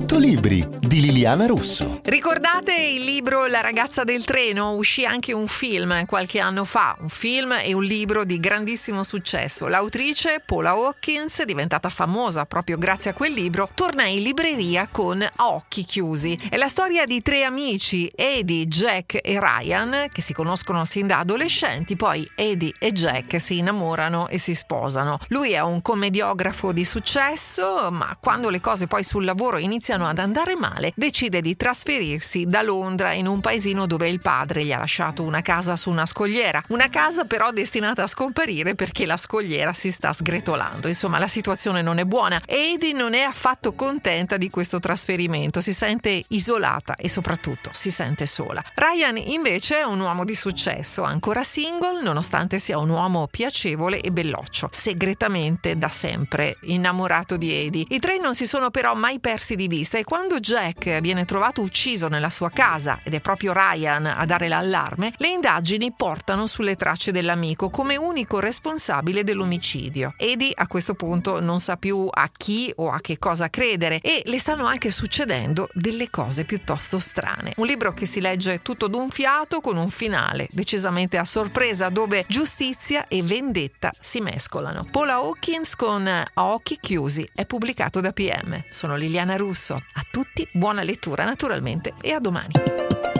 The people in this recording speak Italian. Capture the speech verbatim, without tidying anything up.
cento libri di Liliana Russo. Ricordate il libro La ragazza del treno? Uscì anche un film qualche anno fa, un film e un libro di grandissimo successo. L'autrice Paula Hawkins, diventata famosa proprio grazie a quel libro, torna in libreria con A occhi chiusi. È la storia di tre amici, Eddie, Jack e Ryan, che si conoscono sin da adolescenti, poi Eddie e Jack si innamorano e si sposano. Lui è un commediografo di successo, ma quando le cose poi sul lavoro iniziano ad andare male, decide di trasferirsi da Londra in un paesino dove il padre gli ha lasciato una casa su una scogliera. Una casa però destinata a scomparire perché la scogliera si sta sgretolando. Insomma, la situazione non è buona e Eddie non è affatto contenta di questo trasferimento. Si sente isolata e soprattutto si sente sola. Ryan invece è un uomo di successo, ancora single, nonostante sia un uomo piacevole e belloccio, segretamente da sempre innamorato di Eddie. I tre non si sono però mai persi di vista e quando Jack viene trovato ucciso nella sua casa ed è proprio Ryan a dare l'allarme, le indagini portano sulle tracce dell'amico come unico responsabile dell'omicidio. Eddie a questo punto non sa più a chi o a che cosa credere e le stanno anche succedendo delle cose piuttosto strane. Un libro che si legge tutto d'un fiato con un finale decisamente a sorpresa dove giustizia e vendetta si mescolano. Paula Hawkins con A occhi chiusi è pubblicato da P M. Sono Liliana Russo. A tutti buona lettura naturalmente e a domani.